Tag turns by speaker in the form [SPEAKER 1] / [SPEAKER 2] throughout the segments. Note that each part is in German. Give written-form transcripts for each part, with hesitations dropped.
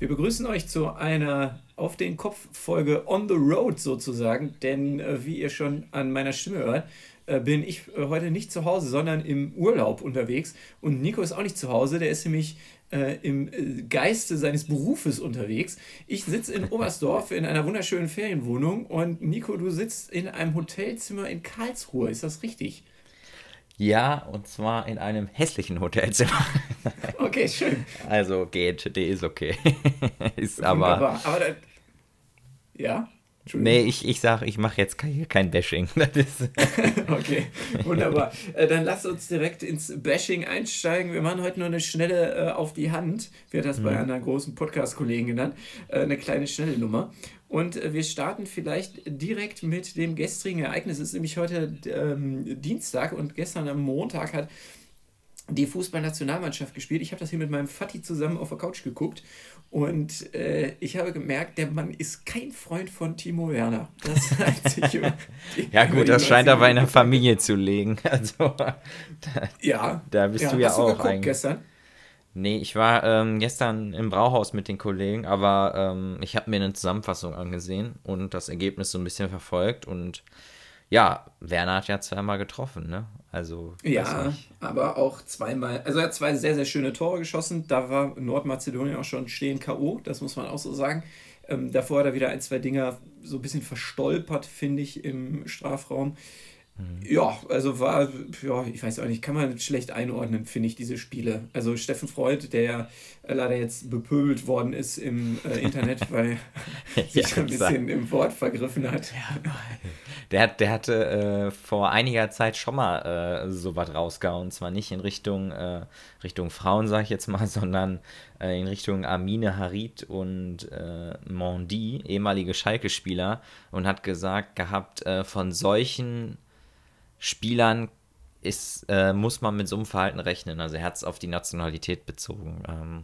[SPEAKER 1] Wir begrüßen euch zu einer Auf den Kopf Folge on the road sozusagen, denn wie ihr schon an meiner Stimme hört, bin ich heute nicht zu Hause, sondern im Urlaub unterwegs und Nico ist auch nicht zu Hause, der ist nämlich im Geiste seines Berufes unterwegs. Ich sitze in Oberstdorf in einer wunderschönen Ferienwohnung und Nico, du sitzt in einem Hotelzimmer in Karlsruhe, ist das richtig?
[SPEAKER 2] Ja, und zwar in einem hässlichen Hotelzimmer.
[SPEAKER 1] Okay, schön,
[SPEAKER 2] Also geht, der ist okay. Ist aber.
[SPEAKER 1] wunderbar. Aber da, ja,
[SPEAKER 2] Nee,
[SPEAKER 1] Entschuldigung.
[SPEAKER 2] ich sag, ich mache jetzt kein Bashing. Das ist.
[SPEAKER 1] Okay, wunderbar. Dann lass uns direkt ins Bashing einsteigen. Wir machen heute nur eine schnelle auf die Hand. Wird das bei
[SPEAKER 2] Hm.
[SPEAKER 1] einer großen Podcast-Kollegen genannt. Eine kleine schnelle Nummer. Und wir starten vielleicht direkt mit dem gestrigen Ereignis. Es ist nämlich heute Dienstag und gestern am Montag hat die Fußballnationalmannschaft gespielt. Ich habe das hier mit meinem Vati zusammen auf der Couch geguckt und ich habe gemerkt, der Mann ist kein Freund von Timo Werner. Das hat sich
[SPEAKER 2] Ja,
[SPEAKER 1] über
[SPEAKER 2] gut,
[SPEAKER 1] die
[SPEAKER 2] das scheint
[SPEAKER 1] 90
[SPEAKER 2] aber in
[SPEAKER 1] Minuten
[SPEAKER 2] der
[SPEAKER 1] gezeigt.
[SPEAKER 2] Familie zu liegen. Also,
[SPEAKER 1] Ja,
[SPEAKER 2] da bist du
[SPEAKER 1] ja.
[SPEAKER 2] ja
[SPEAKER 1] Hast du
[SPEAKER 2] auch
[SPEAKER 1] geguckt
[SPEAKER 2] eigentlich.
[SPEAKER 1] gestern?
[SPEAKER 2] Nee, ich war gestern im Brauhaus mit den Kollegen, aber ich habe mir eine Zusammenfassung angesehen und das Ergebnis so ein bisschen verfolgt. Und ja, Werner hat ja zweimal getroffen, ne? Also, weiß
[SPEAKER 1] Ja,
[SPEAKER 2] nicht.
[SPEAKER 1] aber auch zweimal. Also er hat zwei sehr, sehr schöne Tore geschossen. Da war Nordmazedonien auch schon stehen K.O., das muss man auch so sagen. Davor hat er wieder ein, zwei Dinger so ein bisschen verstolpert, finde ich, im Strafraum.
[SPEAKER 2] Mhm.
[SPEAKER 1] Ja, also war, ja, ich weiß auch nicht, kann man schlecht einordnen, finde ich, diese Spiele. Also Steffen Freund, der ja leider jetzt bepöbelt worden ist im Internet, weil er
[SPEAKER 2] Ja,
[SPEAKER 1] sich da ein
[SPEAKER 2] sag.
[SPEAKER 1] bisschen im Wort vergriffen hat.
[SPEAKER 2] Der hatte vor einiger Zeit schon mal sowas rausgehauen. Und zwar nicht in Richtung Frauen, sag ich jetzt mal, sondern in Richtung Amine Harit und Mondi, ehemalige Schalke-Spieler, und hat gesagt gehabt, von solchen Spielern muss man mit so einem Verhalten rechnen. Also er hat es auf die Nationalität bezogen.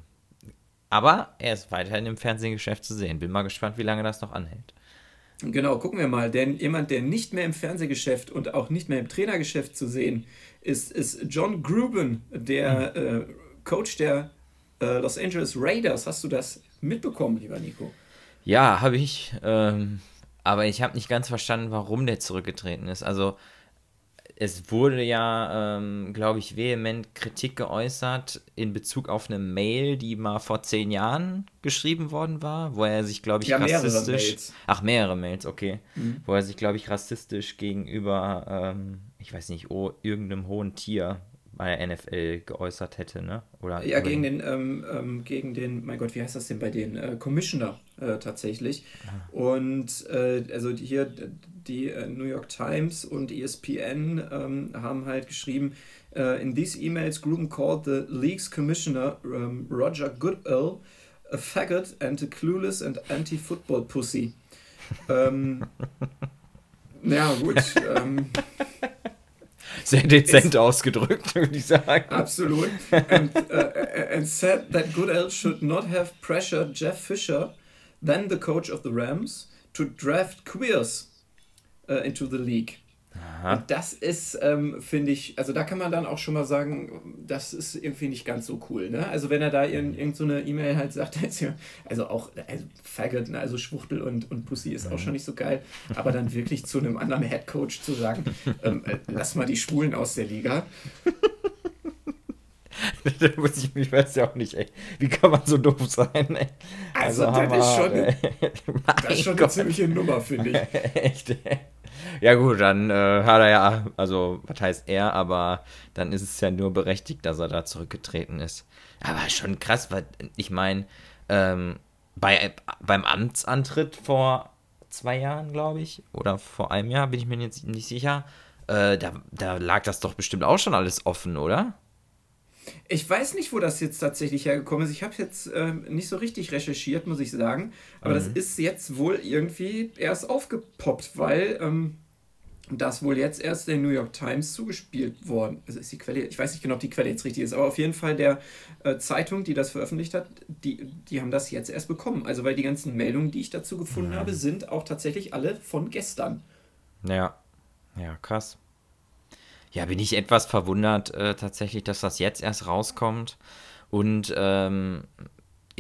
[SPEAKER 2] Aber er ist weiterhin im Fernsehgeschäft zu sehen. Bin mal gespannt, wie lange das noch anhält.
[SPEAKER 1] Genau, gucken wir mal. Denn jemand, der nicht mehr im Fernsehgeschäft und auch nicht mehr im Trainergeschäft zu sehen ist John Gruden, der Coach der Los Angeles Raiders. Hast du das mitbekommen, lieber Nico?
[SPEAKER 2] Ja, habe ich. Aber ich habe nicht ganz verstanden, warum der zurückgetreten ist. Also es wurde ja, glaube ich, vehement Kritik geäußert in Bezug auf eine Mail, die mal vor 10 Jahren geschrieben worden war, wo er sich, glaube
[SPEAKER 1] Ja,
[SPEAKER 2] ich,
[SPEAKER 1] mehrere
[SPEAKER 2] rassistisch,
[SPEAKER 1] Mails.
[SPEAKER 2] ach, mehrere Mails, okay,
[SPEAKER 1] Mhm.
[SPEAKER 2] wo er sich, glaube ich, rassistisch gegenüber, ich weiß nicht, irgendeinem hohen Tier bei der NFL geäußert hätte, ne? Oder
[SPEAKER 1] Ja,
[SPEAKER 2] über den.
[SPEAKER 1] gegen den, mein Gott, wie heißt das denn bei den Commissioner tatsächlich. Und also hier die New York Times und ESPN haben halt geschrieben, in these emails Gruden called the league's commissioner Roger Goodell a faggot and a clueless and anti-football pussy. Ähm, ja, gut.
[SPEAKER 2] Sehr dezent
[SPEAKER 1] Ist
[SPEAKER 2] ausgedrückt, würde ich sagen.
[SPEAKER 1] absolut. And said that Goodell should not have pressured Jeff Fisher, then the coach of the Rams, to draft queers into the league.
[SPEAKER 2] Aha.
[SPEAKER 1] Und das ist, finde ich, also da kann man dann auch schon mal sagen, das ist irgendwie nicht ganz so cool. Ne? Also wenn er da irgend so eine E-Mail halt sagt, also auch also Faggot, ne? Also Schwuchtel und Pussy ist auch schon
[SPEAKER 2] Mhm.
[SPEAKER 1] nicht so geil, aber dann wirklich zu einem anderen Headcoach zu sagen, lass mal die Schwulen aus der Liga.
[SPEAKER 2] Da muss ich mich, weiß ja auch nicht, ey. Wie kann man so doof sein, ey?
[SPEAKER 1] Also
[SPEAKER 2] Also hammerhart, ey.
[SPEAKER 1] das ist
[SPEAKER 2] Mein
[SPEAKER 1] schon eine
[SPEAKER 2] Gott.
[SPEAKER 1] ziemliche Nummer, finde ich.
[SPEAKER 2] Echt, ey. Ja gut, dann hat er ja, also was heißt er, aber dann ist es ja nur berechtigt, dass er da zurückgetreten ist. Aber schon krass, weil ich meine, ähm, beim Amtsantritt vor 2 Jahren, glaube ich, oder vor einem Jahr, bin ich mir jetzt nicht sicher, da lag das doch bestimmt auch schon alles offen, oder?
[SPEAKER 1] Ich weiß nicht, wo das jetzt tatsächlich hergekommen ist. Ich habe jetzt nicht so richtig recherchiert, muss ich sagen. Aber das
[SPEAKER 2] Mhm.
[SPEAKER 1] ist jetzt wohl irgendwie erst aufgepoppt, weil das wohl jetzt erst der New York Times zugespielt worden. Also ist die Quelle, ich weiß nicht genau, ob die Quelle jetzt richtig ist, aber auf jeden Fall der Zeitung, die das veröffentlicht hat, die haben das jetzt erst bekommen. Also weil die ganzen Meldungen, die ich dazu gefunden habe,
[SPEAKER 2] Mhm.
[SPEAKER 1] sind auch tatsächlich alle von gestern.
[SPEAKER 2] Ja, ja, krass. Ja, bin ich etwas verwundert tatsächlich, dass das jetzt erst rauskommt. Und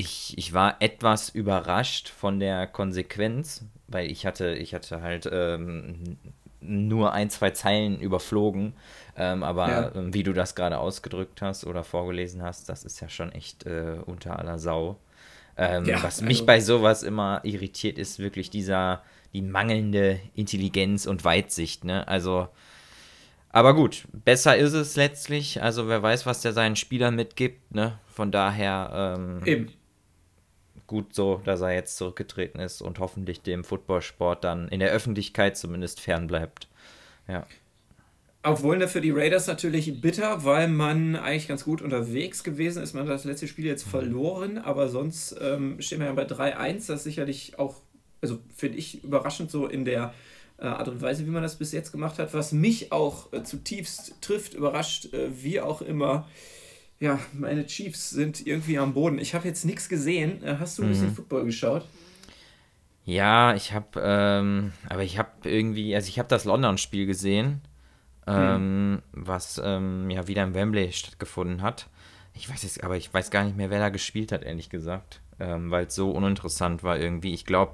[SPEAKER 2] ich war etwas überrascht von der Konsequenz, weil ich hatte halt nur ein, zwei Zeilen überflogen, aber
[SPEAKER 1] Ja,
[SPEAKER 2] wie du das gerade ausgedrückt hast oder vorgelesen hast, das ist ja schon echt unter aller Sau.
[SPEAKER 1] ja,
[SPEAKER 2] Was mich
[SPEAKER 1] also
[SPEAKER 2] bei sowas immer irritiert, ist wirklich die mangelnde Intelligenz und Weitsicht, ne? Also, aber gut, besser ist es letztlich. Also, wer weiß, was der seinen Spielern mitgibt, ne? Von daher,
[SPEAKER 1] eben.
[SPEAKER 2] gut so, dass er jetzt zurückgetreten ist und hoffentlich dem Footballsport dann in der Öffentlichkeit zumindest fernbleibt. Ja.
[SPEAKER 1] Obwohl ne, für die Raiders natürlich bitter, weil man eigentlich ganz gut unterwegs gewesen ist. Man hat das letzte Spiel jetzt verloren, aber sonst stehen wir ja bei 3-1. Das ist sicherlich auch, also finde ich, überraschend so in der Art und Weise, wie man das bis jetzt gemacht hat. Was mich auch zutiefst trifft, überrascht, wie auch immer. Ja, meine Chiefs sind irgendwie am Boden. Ich habe jetzt nichts gesehen. Hast du ein bisschen
[SPEAKER 2] Mhm.
[SPEAKER 1] Football geschaut?
[SPEAKER 2] Ja, aber ich habe irgendwie, also ich habe das London-Spiel gesehen,
[SPEAKER 1] Hm.
[SPEAKER 2] was ja wieder im Wembley stattgefunden hat. Ich weiß gar nicht mehr, wer da gespielt hat, ehrlich gesagt, weil es so uninteressant war irgendwie. Ich glaube,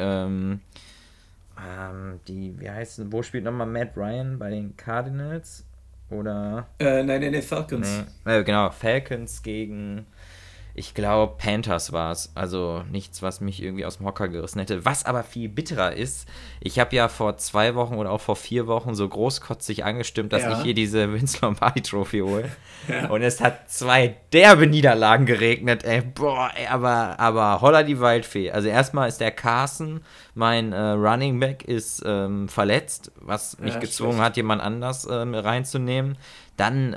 [SPEAKER 2] wie heißt, wo spielt nochmal Matt Ryan bei den Cardinals? Oder,
[SPEAKER 1] Nein, nein, Falcons.
[SPEAKER 2] nee, genau, Falcons gegen, ich glaube, Panthers war es. Also nichts, was mich irgendwie aus dem Hocker gerissen hätte. Was aber viel bitterer ist, ich habe ja vor 2 Wochen oder auch vor 4 Wochen so großkotzig angestimmt, dass ich hier
[SPEAKER 1] Ja,
[SPEAKER 2] diese Vince Lombardi Trophy hole.
[SPEAKER 1] ja,
[SPEAKER 2] Und es hat 2 derbe Niederlagen geregnet, ey. Boah, ey, aber holla die Waldfee. Also erstmal ist der Carson, mein Running Back, ist verletzt, was mich
[SPEAKER 1] ja,
[SPEAKER 2] gezwungen
[SPEAKER 1] schlecht.
[SPEAKER 2] hat, jemand anders reinzunehmen. Dann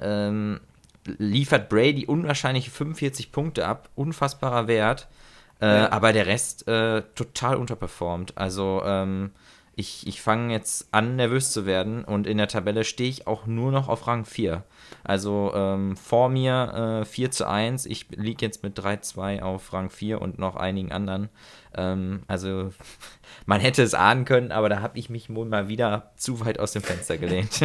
[SPEAKER 2] liefert Brady unwahrscheinliche 45 Punkte ab, unfassbarer Wert,
[SPEAKER 1] Ja.
[SPEAKER 2] aber der Rest total unterperformt. Also ich fange jetzt an, nervös zu werden und in der Tabelle stehe ich auch nur noch auf Rang 4. Also vor mir 4:1, ich liege jetzt mit 3:2 auf Rang 4 und noch einigen anderen. Also man hätte es ahnen können, aber da habe ich mich wohl mal wieder zu weit aus dem Fenster gelehnt.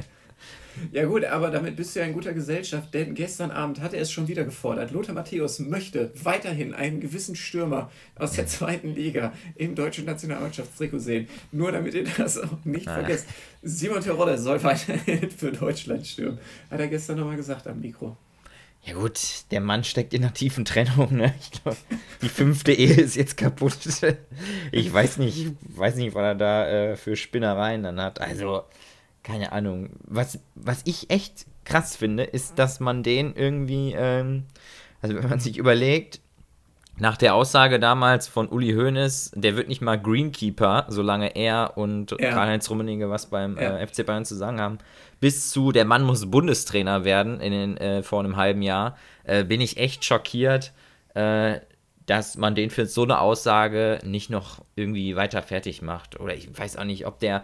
[SPEAKER 1] Ja gut, aber damit bist du ja in guter Gesellschaft, denn gestern Abend hat er es schon wieder gefordert. Lothar Matthäus möchte weiterhin einen gewissen Stürmer aus der zweiten Liga im deutschen Nationalmannschaftstrikot sehen. Nur damit ihr das auch nicht
[SPEAKER 2] Ah.
[SPEAKER 1] vergesst. Simon Terodde soll weiterhin für Deutschland stürmen. Hat er gestern nochmal gesagt am Mikro.
[SPEAKER 2] Ja gut, der Mann steckt in einer tiefen Trennung, ne? Ich glaube, die 5. Ehe ist jetzt kaputt. Ich weiß nicht, was er da für Spinnereien dann hat. Also, keine Ahnung. Was ich echt krass finde, ist, dass man den irgendwie, also wenn man sich überlegt, nach der Aussage damals von Uli Hoeneß, der wird nicht mal Greenkeeper, solange er und
[SPEAKER 1] Ja,
[SPEAKER 2] Karl-Heinz Rummenigge was beim
[SPEAKER 1] ja.
[SPEAKER 2] FC Bayern zu sagen haben, bis zu der Mann muss Bundestrainer werden vor einem halben Jahr, bin ich echt schockiert, äh, dass man den für so eine Aussage nicht noch irgendwie weiter fertig macht. Oder ich weiß auch nicht,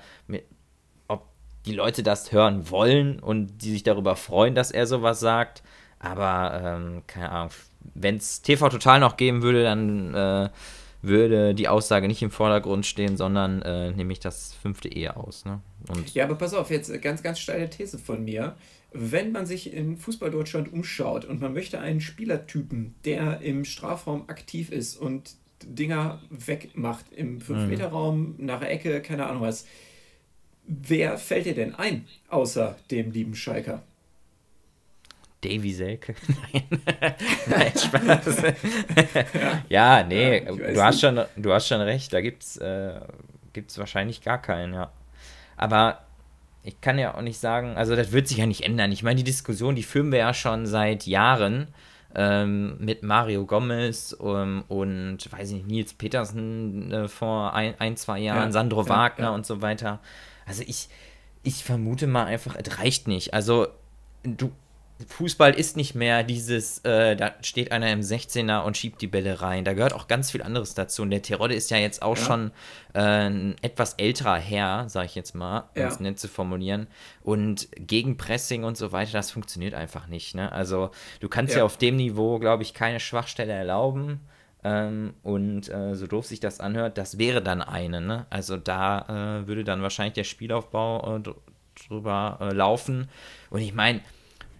[SPEAKER 2] ob die Leute das hören wollen und die sich darüber freuen, dass er sowas sagt. Aber keine Ahnung, wenn es TV Total noch geben würde, dann würde die Aussage nicht im Vordergrund stehen, sondern nehme ich das 5. Ehe aus. Ne? Und
[SPEAKER 1] Ja, aber pass auf, jetzt ganz, ganz steile These von mir. Wenn man sich in Fußball-Deutschland umschaut und man möchte einen Spielertypen, der im Strafraum aktiv ist und Dinger wegmacht, im
[SPEAKER 2] mh,
[SPEAKER 1] 5-Meter-Raum, nach der Ecke, keine Ahnung was, wer fällt dir denn ein, außer dem lieben Schalker?
[SPEAKER 2] Davy Selke. Nein, nein, Spaß.
[SPEAKER 1] Ja,
[SPEAKER 2] Ja, nee,
[SPEAKER 1] ich
[SPEAKER 2] du
[SPEAKER 1] weiß
[SPEAKER 2] hast
[SPEAKER 1] nicht.
[SPEAKER 2] schon recht, da gibt's wahrscheinlich gar keinen, ja. Aber ich kann ja auch nicht sagen, also das wird sich ja nicht ändern. Ich meine, die Diskussion, die führen wir ja schon seit Jahren mit Mario Gomez und, weiß ich nicht, Nils Petersen vor ein, 2 Jahren,
[SPEAKER 1] Ja,
[SPEAKER 2] Sandro
[SPEAKER 1] ja,
[SPEAKER 2] Wagner
[SPEAKER 1] ja.
[SPEAKER 2] und so weiter. Also ich vermute mal einfach, es reicht nicht. Also du, Fußball ist nicht mehr dieses, da steht einer im 16er und schiebt die Bälle rein. Da gehört auch ganz viel anderes dazu. Und der Terodde ist ja jetzt auch
[SPEAKER 1] Ja,
[SPEAKER 2] schon ein etwas älterer Herr, sag ich jetzt mal, um es
[SPEAKER 1] ja,
[SPEAKER 2] nett zu formulieren. Und gegen Pressing und so weiter, das funktioniert einfach nicht. Ne? Also du kannst ja
[SPEAKER 1] ja.
[SPEAKER 2] auf dem Niveau, glaube ich, keine Schwachstelle erlauben. Und so doof sich das anhört, das wäre dann eine. Ne? Also da würde dann wahrscheinlich der Spielaufbau drüber laufen. Und ich meine,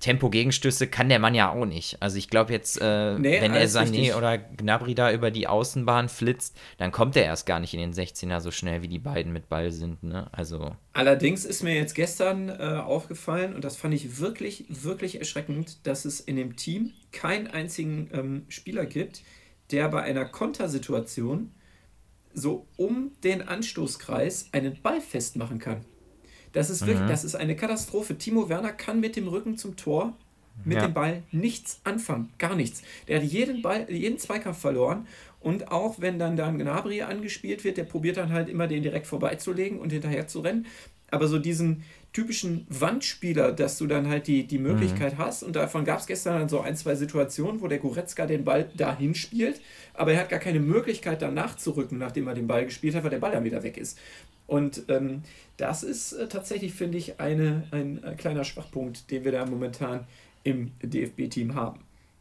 [SPEAKER 2] Tempo-Gegenstöße kann der Mann ja auch nicht. Also ich glaube jetzt,
[SPEAKER 1] Nee,
[SPEAKER 2] wenn er
[SPEAKER 1] alles
[SPEAKER 2] Sané
[SPEAKER 1] richtig.
[SPEAKER 2] oder Gnabry da über die Außenbahn flitzt, dann kommt er erst gar nicht in den 16er so schnell, wie die beiden mit Ball sind, ne? Also,
[SPEAKER 1] Allerdings ist mir jetzt gestern aufgefallen, und das fand ich wirklich, wirklich erschreckend, dass es in dem Team keinen einzigen Spieler gibt, der bei einer Kontersituation so um den Anstoßkreis einen Ball festmachen kann. Das ist wirklich,
[SPEAKER 2] mhm.
[SPEAKER 1] das ist eine Katastrophe. Timo Werner kann mit dem Rücken zum Tor, mit dem
[SPEAKER 2] Ja.
[SPEAKER 1] Ball nichts anfangen, gar nichts. Der hat jeden Ball, jeden Zweikampf verloren, und auch wenn dann Gnabry angespielt wird, der probiert dann halt immer den direkt vorbeizulegen und hinterher zu rennen. Aber so diesen typischen Wandspieler, dass du dann halt die
[SPEAKER 2] Mhm.
[SPEAKER 1] Möglichkeit hast, und davon gab es gestern dann so ein, zwei Situationen, wo der Goretzka den Ball dahin spielt, aber er hat gar keine Möglichkeit danach zu rücken, nachdem er den Ball gespielt hat, weil der Ball dann wieder weg ist. Und das ist tatsächlich, finde ich, ein kleiner Schwachpunkt, den wir da momentan im DFB-Team haben.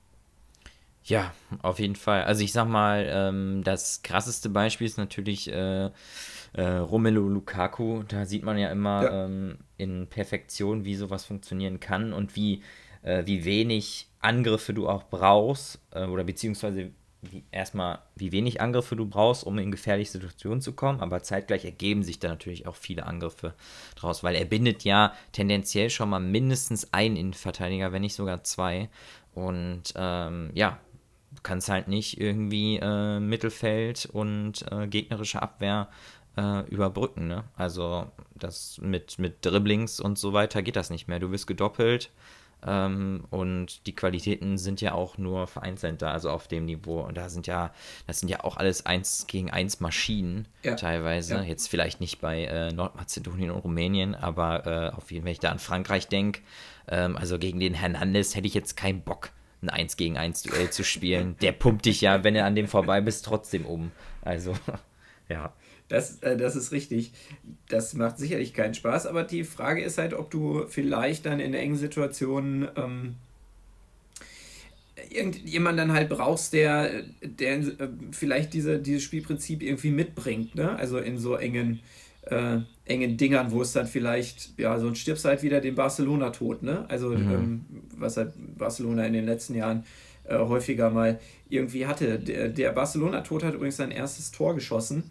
[SPEAKER 2] Ja, auf jeden Fall. Also ich sag mal, das krasseste Beispiel ist natürlich Romelu Lukaku. Da sieht man ja immer
[SPEAKER 1] Ja,
[SPEAKER 2] in Perfektion, wie sowas funktionieren kann und wie wenig Angriffe du auch brauchst, oder beziehungsweise erstmal, wie wenig Angriffe du brauchst, um in gefährliche Situationen zu kommen, aber zeitgleich ergeben sich da natürlich auch viele Angriffe draus, weil er bindet ja tendenziell schon mal mindestens einen Innenverteidiger, wenn nicht sogar zwei. Und ja, du kannst halt nicht irgendwie Mittelfeld und gegnerische Abwehr überbrücken. Ne? Also das mit Dribblings und so weiter geht das nicht mehr. Du wirst gedoppelt, und die Qualitäten sind ja auch nur vereinzelt da, also auf dem Niveau. Und das sind ja auch alles 1 gegen 1 Maschinen
[SPEAKER 1] ja,
[SPEAKER 2] teilweise.
[SPEAKER 1] ja.
[SPEAKER 2] Jetzt vielleicht nicht bei Nordmazedonien und Rumänien, aber auf jeden Fall, wenn ich da an Frankreich denke, also gegen den Hernandez hätte ich jetzt keinen Bock, ein 1 gegen 1 Duell zu spielen. Der pumpt dich ja, wenn du an dem vorbei bist, trotzdem um. Also, ja.
[SPEAKER 1] Das ist richtig. Das macht sicherlich keinen Spaß, aber die Frage ist halt, ob du vielleicht dann in engen Situationen irgendjemand dann halt brauchst, der vielleicht dieses Spielprinzip irgendwie mitbringt, ne? Also in so engen Dingern, wo es dann vielleicht, ja, so ein stirbst halt wieder den Barcelona-Tod, ne? Also,
[SPEAKER 2] Mhm.
[SPEAKER 1] was halt Barcelona in den letzten Jahren häufiger mal irgendwie hatte. Der Barcelona-Tod hat übrigens sein erstes Tor geschossen.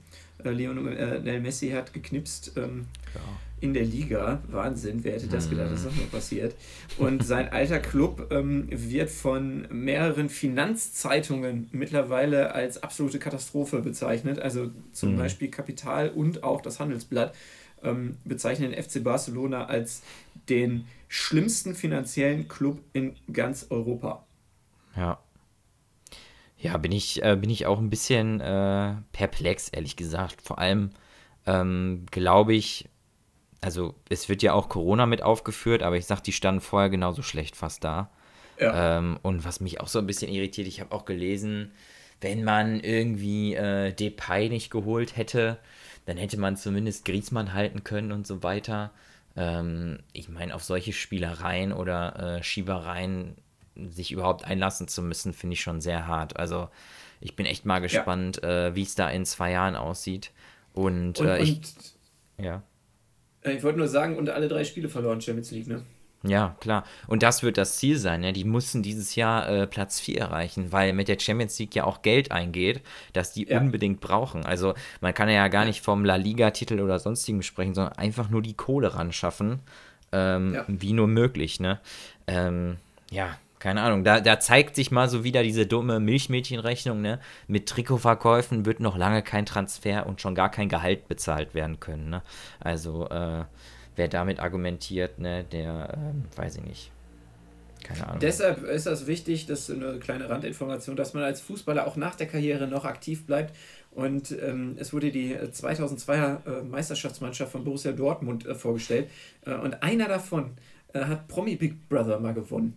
[SPEAKER 1] Lionel Messi hat geknipst
[SPEAKER 2] Ja.
[SPEAKER 1] in der Liga. Wahnsinn, wer hätte das gedacht, dass
[SPEAKER 2] Mhm.
[SPEAKER 1] das noch passiert. Und sein alter Club wird von mehreren Finanzzeitungen mittlerweile als absolute Katastrophe bezeichnet. Also zum
[SPEAKER 2] Mhm.
[SPEAKER 1] Beispiel Kapital und auch das Handelsblatt bezeichnen den FC Barcelona als den schlimmsten finanziellen Club in ganz Europa.
[SPEAKER 2] Ja. Ja, bin ich auch ein bisschen perplex, ehrlich gesagt. Vor allem glaube ich, also es wird ja auch Corona mit aufgeführt, aber ich sag, die standen vorher genauso schlecht fast da.
[SPEAKER 1] Ja,
[SPEAKER 2] Und was mich auch so ein bisschen irritiert, ich habe auch gelesen, wenn man irgendwie Depay nicht geholt hätte, dann hätte man zumindest Griezmann halten können und so weiter. Ich meine, auf solche Spielereien oder Schiebereien sich überhaupt einlassen zu müssen, finde ich schon sehr hart. Also ich bin echt mal
[SPEAKER 1] ja.
[SPEAKER 2] gespannt, wie es da in 2 Jahren aussieht. Und
[SPEAKER 1] Und,
[SPEAKER 2] ich,
[SPEAKER 1] und
[SPEAKER 2] ja.
[SPEAKER 1] ich wollte nur sagen, und alle drei Spiele verloren, Champions League, ne?
[SPEAKER 2] Ja, klar. Und das wird das Ziel sein. Ne? Die mussten dieses Jahr Platz 4 erreichen, weil mit der Champions League ja auch Geld eingeht, das die
[SPEAKER 1] Ja,
[SPEAKER 2] unbedingt brauchen. Also man kann ja gar
[SPEAKER 1] ja,
[SPEAKER 2] nicht vom La Liga-Titel oder sonstigem sprechen, sondern einfach nur die Kohle ran schaffen,
[SPEAKER 1] ja.
[SPEAKER 2] wie nur möglich. Ne? Ja, keine Ahnung. Da zeigt sich mal so wieder diese dumme Milchmädchenrechnung. Ne? Mit Trikotverkäufen wird noch lange kein Transfer und schon gar kein Gehalt bezahlt werden können. Ne? Also wer damit argumentiert, ne, der, weiß ich nicht. Keine Ahnung.
[SPEAKER 1] Deshalb ist das wichtig, das ist eine kleine Randinformation, dass man als Fußballer auch nach der Karriere noch aktiv bleibt. Und es wurde die 2002er Meisterschaftsmannschaft von Borussia Dortmund vorgestellt. Und einer davon hat Promi Big Brother mal gewonnen.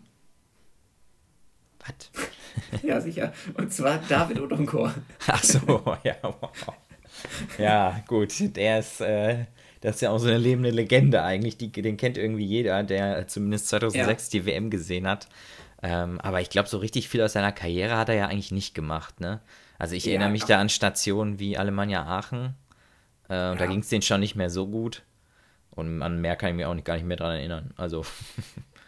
[SPEAKER 2] Was?
[SPEAKER 1] Ja, sicher. Und zwar David Odonkor.
[SPEAKER 2] Ach so, ja, wow. Ja, gut, das ist ja auch so eine lebende Legende eigentlich. Den kennt irgendwie jeder, der zumindest
[SPEAKER 1] Ja,
[SPEAKER 2] 2006 die WM gesehen hat. Aber ich glaube, so richtig viel aus seiner Karriere hat er ja eigentlich nicht gemacht, ne? Also ich erinnere
[SPEAKER 1] ja,
[SPEAKER 2] mich da an Stationen wie Alemannia Aachen. Und da ging
[SPEAKER 1] ja.
[SPEAKER 2] es denen schon nicht mehr so gut. Und an mehr kann ich mich auch nicht, gar nicht mehr dran erinnern. Also,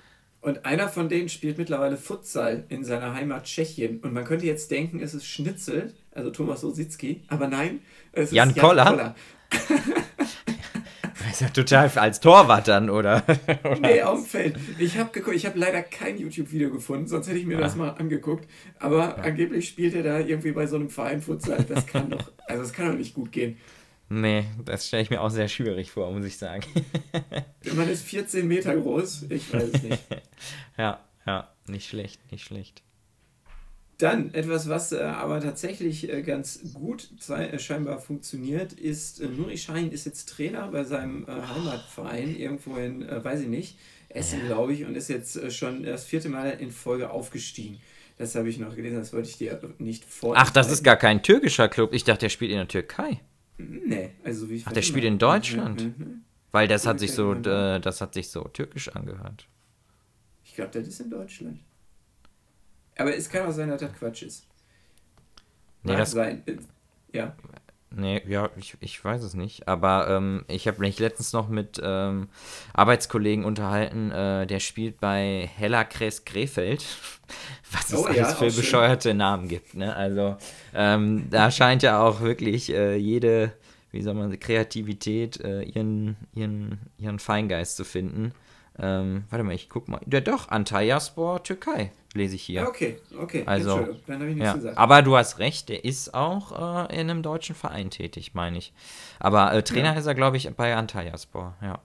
[SPEAKER 1] Und einer von denen spielt mittlerweile Futsal in seiner Heimat Tschechien. Und man könnte jetzt denken, es ist Schnitzel, also Thomas Rositzky, aber nein, es
[SPEAKER 2] Jan
[SPEAKER 1] ist Jan
[SPEAKER 2] Koller?
[SPEAKER 1] Koller.
[SPEAKER 2] Das ist ja total als Torwart dann, oder?
[SPEAKER 1] Nee, auf dem Feld. Ich habe geguckt, ich habe leider kein YouTube-Video gefunden, sonst hätte ich mir das mal angeguckt. Aber angeblich spielt er da irgendwie bei so einem Verein Futsal. Das kann doch nicht gut gehen.
[SPEAKER 2] Nee, das stelle ich mir auch sehr schwierig vor, muss ich sagen.
[SPEAKER 1] Der Mann ist 14 Meter groß, ich weiß es nicht.
[SPEAKER 2] Ja, nicht schlecht.
[SPEAKER 1] Dann etwas, was aber tatsächlich ganz gut scheinbar funktioniert, ist, Nuri Sahin ist jetzt Trainer bei seinem Heimatverein, irgendwo in, weiß ich nicht, Essen, glaube ich, und ist jetzt schon das 4. Mal in Folge aufgestiegen. Das habe ich noch gelesen, das wollte ich dir nicht vorstellen.
[SPEAKER 2] Ach, das ist gar kein türkischer Club. Ich dachte, der spielt in der Türkei.
[SPEAKER 1] Nee, also wie ich.
[SPEAKER 2] Ach, der spielt in Deutschland. Weil das hat
[SPEAKER 1] Ja,
[SPEAKER 2] sich so, das hat sich so türkisch angehört.
[SPEAKER 1] Ich glaube, das ist in Deutschland. Aber es kann auch sein, dass das Quatsch ist.
[SPEAKER 2] Nee,
[SPEAKER 1] Mag
[SPEAKER 2] das,
[SPEAKER 1] sein. Ja.
[SPEAKER 2] nee, ja, ich weiß es nicht. Aber ich habe mich letztens noch mit Arbeitskollegen unterhalten, der spielt bei Hellakres Krefeld. Was es alles für bescheuerte Namen gibt. Ne? Also da scheint ja auch wirklich jede, wie soll man, Kreativität ihren Feingeist zu finden. Warte mal, ich guck mal. Ja doch, Antalyaspor Türkei lese ich hier.
[SPEAKER 1] Okay,
[SPEAKER 2] Also,
[SPEAKER 1] Entschuldigung, dann habe ich nichts gesagt.
[SPEAKER 2] aber du hast recht, der ist auch in einem deutschen Verein tätig, meine ich. Aber Trainer ist er, glaube ich, bei Antalyaspor, ja.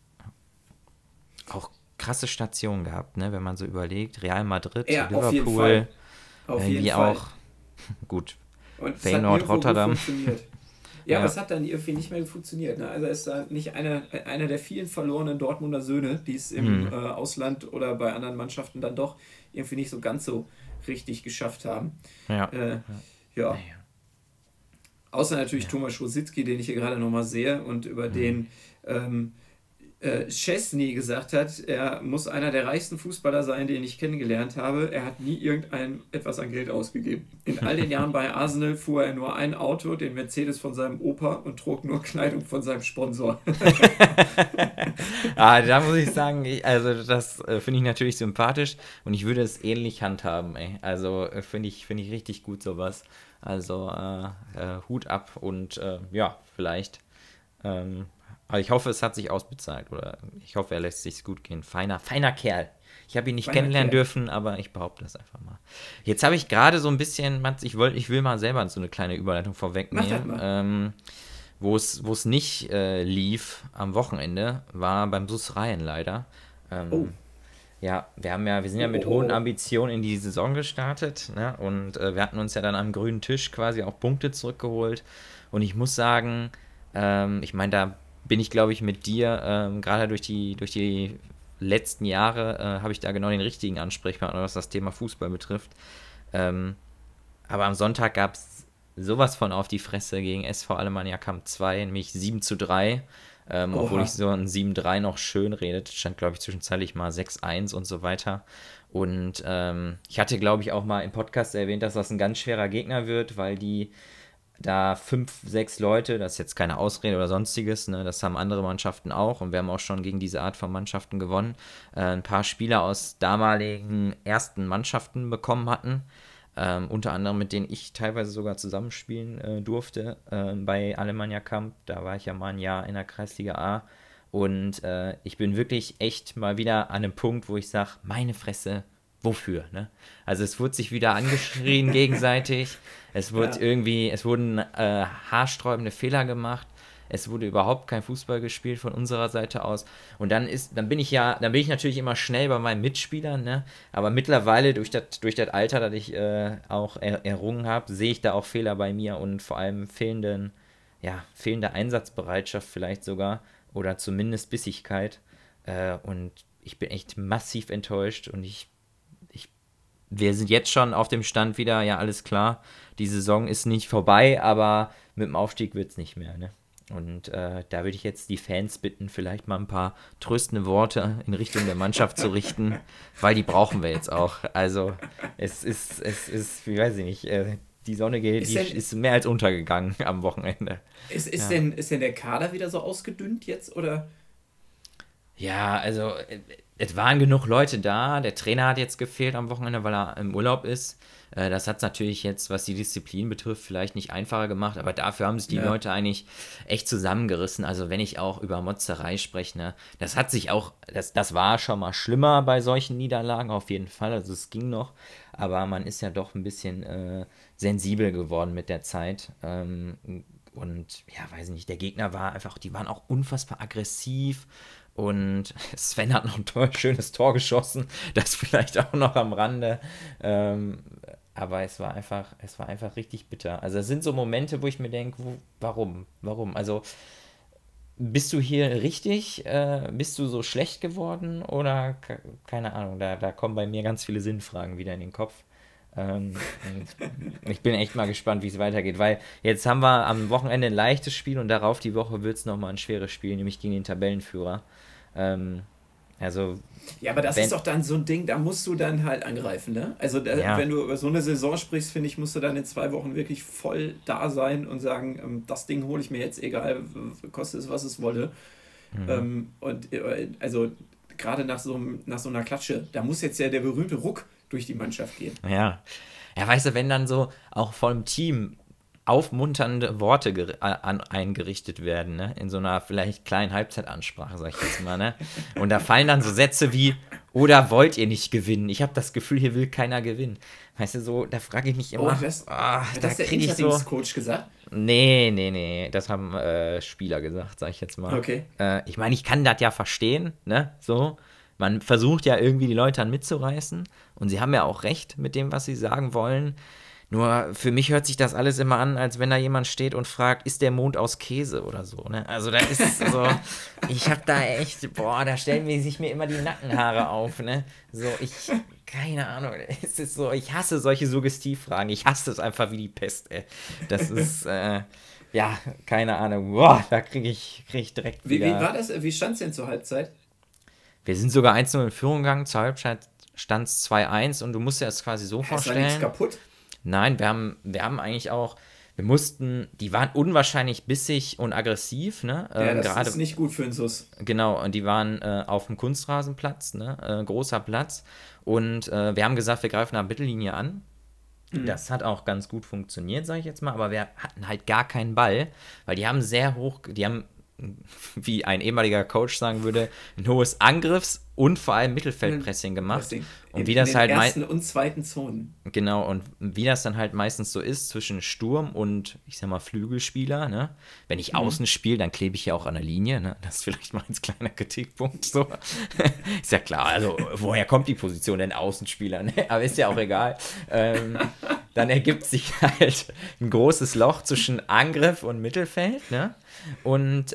[SPEAKER 2] Auch krasse Station gehabt, ne, wenn man so überlegt. Real Madrid,
[SPEAKER 1] Ja,
[SPEAKER 2] Liverpool,
[SPEAKER 1] auf jeden Fall.
[SPEAKER 2] irgendwie auch, gut,
[SPEAKER 1] Und
[SPEAKER 2] Feyenoord, Rotterdam.
[SPEAKER 1] Ja, aber es hat dann irgendwie nicht mehr funktioniert. Ne? Also er ist da nicht einer der vielen verlorenen Dortmunder Söhne, die es im Ausland oder bei anderen Mannschaften dann doch irgendwie nicht so ganz so richtig geschafft haben.
[SPEAKER 2] Ja.
[SPEAKER 1] Ja. Außer natürlich Thomas Rositzky, den ich hier gerade nochmal sehe und über den Szczesny gesagt hat, er muss einer der reichsten Fußballer sein, den ich kennengelernt habe. Er hat nie etwas an Geld ausgegeben. In all den Jahren bei Arsenal fuhr er nur ein Auto, den Mercedes von seinem Opa, und trug nur Kleidung von seinem Sponsor.
[SPEAKER 2] Da muss ich sagen, also das finde ich natürlich sympathisch und ich würde es ähnlich handhaben. Ey. Also finde ich richtig gut sowas. Also Hut ab und ja, vielleicht. Aber ich hoffe, es hat sich ausbezahlt oder ich hoffe, er lässt sich's gut gehen. Feiner Kerl. Ich habe ihn nicht kennenlernen dürfen, aber ich behaupte das einfach mal. Jetzt habe ich gerade so ein bisschen, Mats, ich will mal selber so eine kleine Überleitung vorwegnehmen. Wo es nicht lief am Wochenende, war beim SuS Rhein leider. Ja, wir sind ja mit hohen Ambitionen in die Saison gestartet, ne? Und wir hatten uns ja dann am grünen Tisch quasi auch Punkte zurückgeholt. Und ich muss sagen, ich meine, da bin ich, glaube ich, mit dir, gerade durch die letzten Jahre, habe ich da genau den richtigen Ansprechpartner, was das Thema Fußball betrifft. Aber am Sonntag gab es sowas von auf die Fresse gegen SV Alemannia Camp 2, nämlich 7:3. Obwohl ich so ein 7:3 noch schön redet, stand, glaube ich, zwischenzeitlich mal 6:1 und so weiter. Und ich hatte, glaube ich, auch mal im Podcast erwähnt, dass das ein ganz schwerer Gegner wird, weil die da 5, 6 Leute, das ist jetzt keine Ausrede oder sonstiges, ne, das haben andere Mannschaften auch und wir haben auch schon gegen diese Art von Mannschaften gewonnen, ein paar Spieler aus damaligen ersten Mannschaften bekommen hatten, unter anderem mit denen ich teilweise sogar zusammenspielen durfte bei Alemannia Camp, da war ich ja mal ein Jahr in der Kreisliga A und ich bin wirklich echt mal wieder an einem Punkt, wo ich sage, meine Fresse, wofür, ne? Also es wurde sich wieder angeschrien gegenseitig, es wurden haarsträubende Fehler gemacht, es wurde überhaupt kein Fußball gespielt von unserer Seite aus und dann bin ich natürlich immer schnell bei meinen Mitspielern, ne? Aber mittlerweile durch das Alter, das ich auch errungen habe, sehe ich da auch Fehler bei mir und vor allem fehlende Einsatzbereitschaft vielleicht sogar oder zumindest Bissigkeit und ich bin echt massiv enttäuscht und wir sind jetzt schon auf dem Stand wieder, ja, alles klar, die Saison ist nicht vorbei, aber mit dem Aufstieg wird es nicht mehr, ne? Und da würde ich jetzt die Fans bitten, vielleicht mal ein paar tröstende Worte in Richtung der Mannschaft zu richten, weil die brauchen wir jetzt auch. Also es ist, wie weiß ich nicht, die Sonne ist mehr als untergegangen am Wochenende.
[SPEAKER 1] Ist denn der Kader wieder so ausgedünnt jetzt, oder?
[SPEAKER 2] Ja, also es waren genug Leute da. Der Trainer hat jetzt gefehlt am Wochenende, weil er im Urlaub ist. Das hat es natürlich jetzt, was die Disziplin betrifft, vielleicht nicht einfacher gemacht, aber dafür haben sich die Leute eigentlich echt zusammengerissen. Also wenn ich auch über Motzerei spreche, ne, das hat sich auch, das war schon mal schlimmer bei solchen Niederlagen, auf jeden Fall. Also es ging noch, aber man ist ja doch ein bisschen sensibel geworden mit der Zeit. Und ja, weiß nicht, der Gegner war einfach, die waren auch unfassbar aggressiv. Und Sven hat noch ein schönes Tor geschossen, das vielleicht auch noch am Rande. Aber es war einfach richtig bitter. Also es sind so Momente, wo ich mir denke, warum? Warum? Also bist du hier richtig? Bist du so schlecht geworden? Oder keine Ahnung, da kommen bei mir ganz viele Sinnfragen wieder in den Kopf. Und ich bin echt mal gespannt, wie es weitergeht, weil jetzt haben wir am Wochenende ein leichtes Spiel und darauf die Woche wird es nochmal ein schweres Spiel, nämlich gegen den Tabellenführer. Ähm, also,
[SPEAKER 1] Ja, aber das
[SPEAKER 2] wenn,
[SPEAKER 1] ist doch dann so ein Ding, da musst du dann halt angreifen, ne? Also,
[SPEAKER 2] ja,
[SPEAKER 1] wenn du über so eine Saison sprichst, finde ich, musst du dann in 2 Wochen wirklich voll da sein und sagen, das Ding hole ich mir jetzt, egal, kostet es, was es wolle.
[SPEAKER 2] mhm.
[SPEAKER 1] Also, gerade nach so einer Klatsche, da muss jetzt ja der berühmte Ruck durch die Mannschaft gehen.
[SPEAKER 2] Ja. Ja, weißt du, wenn dann so auch vom Team aufmunternde Worte eingerichtet werden, ne? In so einer vielleicht kleinen Halbzeitansprache, sag ich jetzt mal, ne? Und da fallen dann so Sätze wie, oder wollt ihr nicht gewinnen? Ich habe das Gefühl, hier will keiner gewinnen. Weißt du, so, da frage ich mich
[SPEAKER 1] Oh,
[SPEAKER 2] immer,
[SPEAKER 1] hat
[SPEAKER 2] da
[SPEAKER 1] das der
[SPEAKER 2] kriege ich so,
[SPEAKER 1] Interimscoach gesagt?
[SPEAKER 2] nee, das haben Spieler gesagt, sag ich jetzt mal.
[SPEAKER 1] Okay.
[SPEAKER 2] Ich meine, ich kann das ja verstehen, ne? So, man versucht ja irgendwie die Leute dann mitzureißen und sie haben ja auch recht mit dem, was sie sagen wollen. Nur für mich hört sich das alles immer an, als wenn da jemand steht und fragt, ist der Mond aus Käse oder so, ne? Also da ist so, ich hab da echt, boah, da stellen sich mir immer die Nackenhaare auf, ne? So, keine Ahnung, es ist so, ich hasse solche Suggestivfragen, ich hasse es einfach wie die Pest, ey. Das ist, ja, keine Ahnung, boah, da krieg ich direkt
[SPEAKER 1] Wie
[SPEAKER 2] wieder.
[SPEAKER 1] war das? Wie stand es denn zur Halbzeit?
[SPEAKER 2] Wir sind sogar 1:0 in Führung gegangen, zur Halbzeit stand es 2:1 und du musst dir das quasi so
[SPEAKER 1] Es war nichts
[SPEAKER 2] vorstellen.
[SPEAKER 1] kaputt.
[SPEAKER 2] Nein, wir haben eigentlich auch, die waren unwahrscheinlich bissig und aggressiv, ne?
[SPEAKER 1] Ja, das ist
[SPEAKER 2] Gerade,
[SPEAKER 1] nicht gut für einen Sus.
[SPEAKER 2] genau, und die waren auf dem Kunstrasenplatz, ne? Großer Platz. Und wir haben gesagt, wir greifen nach Mittellinie an.
[SPEAKER 1] Mhm.
[SPEAKER 2] Das hat auch ganz gut funktioniert, sage ich jetzt mal, aber wir hatten halt gar keinen Ball, weil die haben, wie ein ehemaliger Coach sagen würde, ein hohes Angriffs- und vor allem Mittelfeldpressing gemacht.
[SPEAKER 1] Pressing.
[SPEAKER 2] Und wie
[SPEAKER 1] In
[SPEAKER 2] das
[SPEAKER 1] den
[SPEAKER 2] halt
[SPEAKER 1] ersten und zweiten Zonen.
[SPEAKER 2] genau, und wie das dann halt meistens so ist zwischen Sturm und, ich sag mal, Flügelspieler, ne? Wenn ich
[SPEAKER 1] Mhm.
[SPEAKER 2] außen spiele, dann klebe ich ja auch an der Linie, ne? Das ist vielleicht mal ein kleiner Kritikpunkt, so. Ist ja klar, also woher kommt die Position denn Außenspieler, ne? Aber ist ja auch egal. Dann ergibt sich halt ein großes Loch zwischen Angriff und Mittelfeld, ne? Und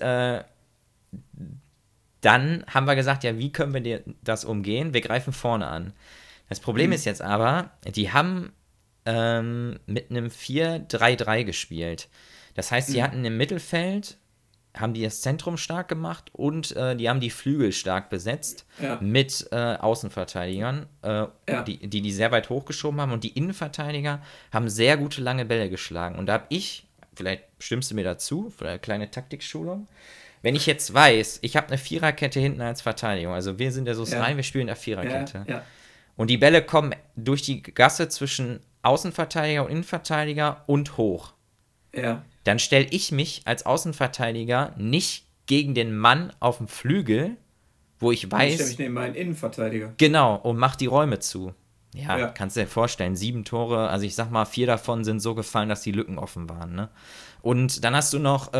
[SPEAKER 2] dann haben wir gesagt, ja, wie können wir das umgehen? Wir greifen vorne an. Das Problem
[SPEAKER 1] Mhm.
[SPEAKER 2] ist jetzt aber, die haben mit einem 4-3-3 gespielt. Das heißt, die
[SPEAKER 1] Mhm.
[SPEAKER 2] hatten im Mittelfeld, haben die das Zentrum stark gemacht und die haben die Flügel stark besetzt
[SPEAKER 1] Ja,
[SPEAKER 2] mit Außenverteidigern,
[SPEAKER 1] ja.
[SPEAKER 2] die sehr weit hochgeschoben haben und die Innenverteidiger haben sehr gute lange Bälle geschlagen. Und da habe ich, vielleicht stimmst du mir dazu, für eine kleine Taktikschulung, wenn ich jetzt weiß, ich habe eine Viererkette hinten als Verteidigung, also wir sind der SUS rein,
[SPEAKER 1] Ja,
[SPEAKER 2] wir spielen in der
[SPEAKER 1] ja,
[SPEAKER 2] Viererkette.
[SPEAKER 1] ja,
[SPEAKER 2] Und die Bälle kommen durch die Gasse zwischen Außenverteidiger und Innenverteidiger und hoch.
[SPEAKER 1] ja.
[SPEAKER 2] Dann stelle ich mich als Außenverteidiger nicht gegen den Mann auf dem Flügel, wo ich
[SPEAKER 1] Und ich stelle
[SPEAKER 2] weiß,
[SPEAKER 1] mich neben meinen Innenverteidiger.
[SPEAKER 2] genau, und mach die Räume zu. Ja,
[SPEAKER 1] Ja.
[SPEAKER 2] kannst du dir vorstellen, 7 Tore, also ich sag mal, 4 davon sind so gefallen, dass die Lücken offen waren, ne? Und dann hast du noch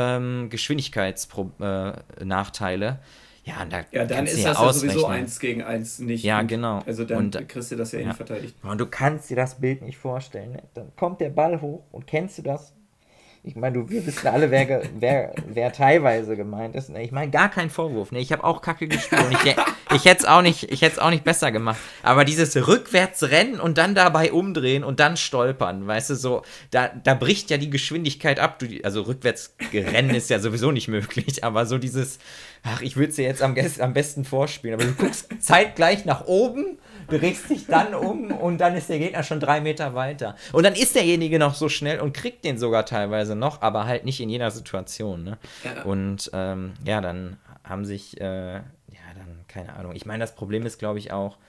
[SPEAKER 2] Geschwindigkeitsnachteile. Ja, und da
[SPEAKER 1] Ja, dann
[SPEAKER 2] kannst du
[SPEAKER 1] ist
[SPEAKER 2] ja
[SPEAKER 1] das ja sowieso
[SPEAKER 2] ausrechnen.
[SPEAKER 1] 1 gegen 1 nicht
[SPEAKER 2] Ja,
[SPEAKER 1] gut.
[SPEAKER 2] genau.
[SPEAKER 1] Also dann
[SPEAKER 2] Und
[SPEAKER 1] kriegst du das ja
[SPEAKER 2] ja.
[SPEAKER 1] innenverteidigt.
[SPEAKER 2] Und du kannst dir das Bild nicht vorstellen. Ne? Dann kommt der Ball hoch und kennst du das? Ich meine, wir wissen alle, wer teilweise gemeint ist. Ne? Ich meine, gar kein Vorwurf. Ne? Ich habe auch Kacke gespielt und ich hätte es auch nicht besser gemacht. Aber dieses Rückwärtsrennen und dann dabei umdrehen und dann stolpern, weißt du, so, da bricht ja die Geschwindigkeit ab. Also rückwärts rennen ist ja sowieso nicht möglich, aber so dieses, ach, ich würde es dir jetzt am besten vorspielen, aber du guckst zeitgleich nach oben, drehst dich dann um und dann ist der Gegner schon 3 Meter weiter. Und dann ist derjenige noch so schnell und kriegt den sogar teilweise noch, aber halt nicht in jeder Situation. Ne?
[SPEAKER 1] Ja,
[SPEAKER 2] Und ja, dann haben sich, ja, dann keine Ahnung. Ich meine, das Problem ist, glaube ich, auch,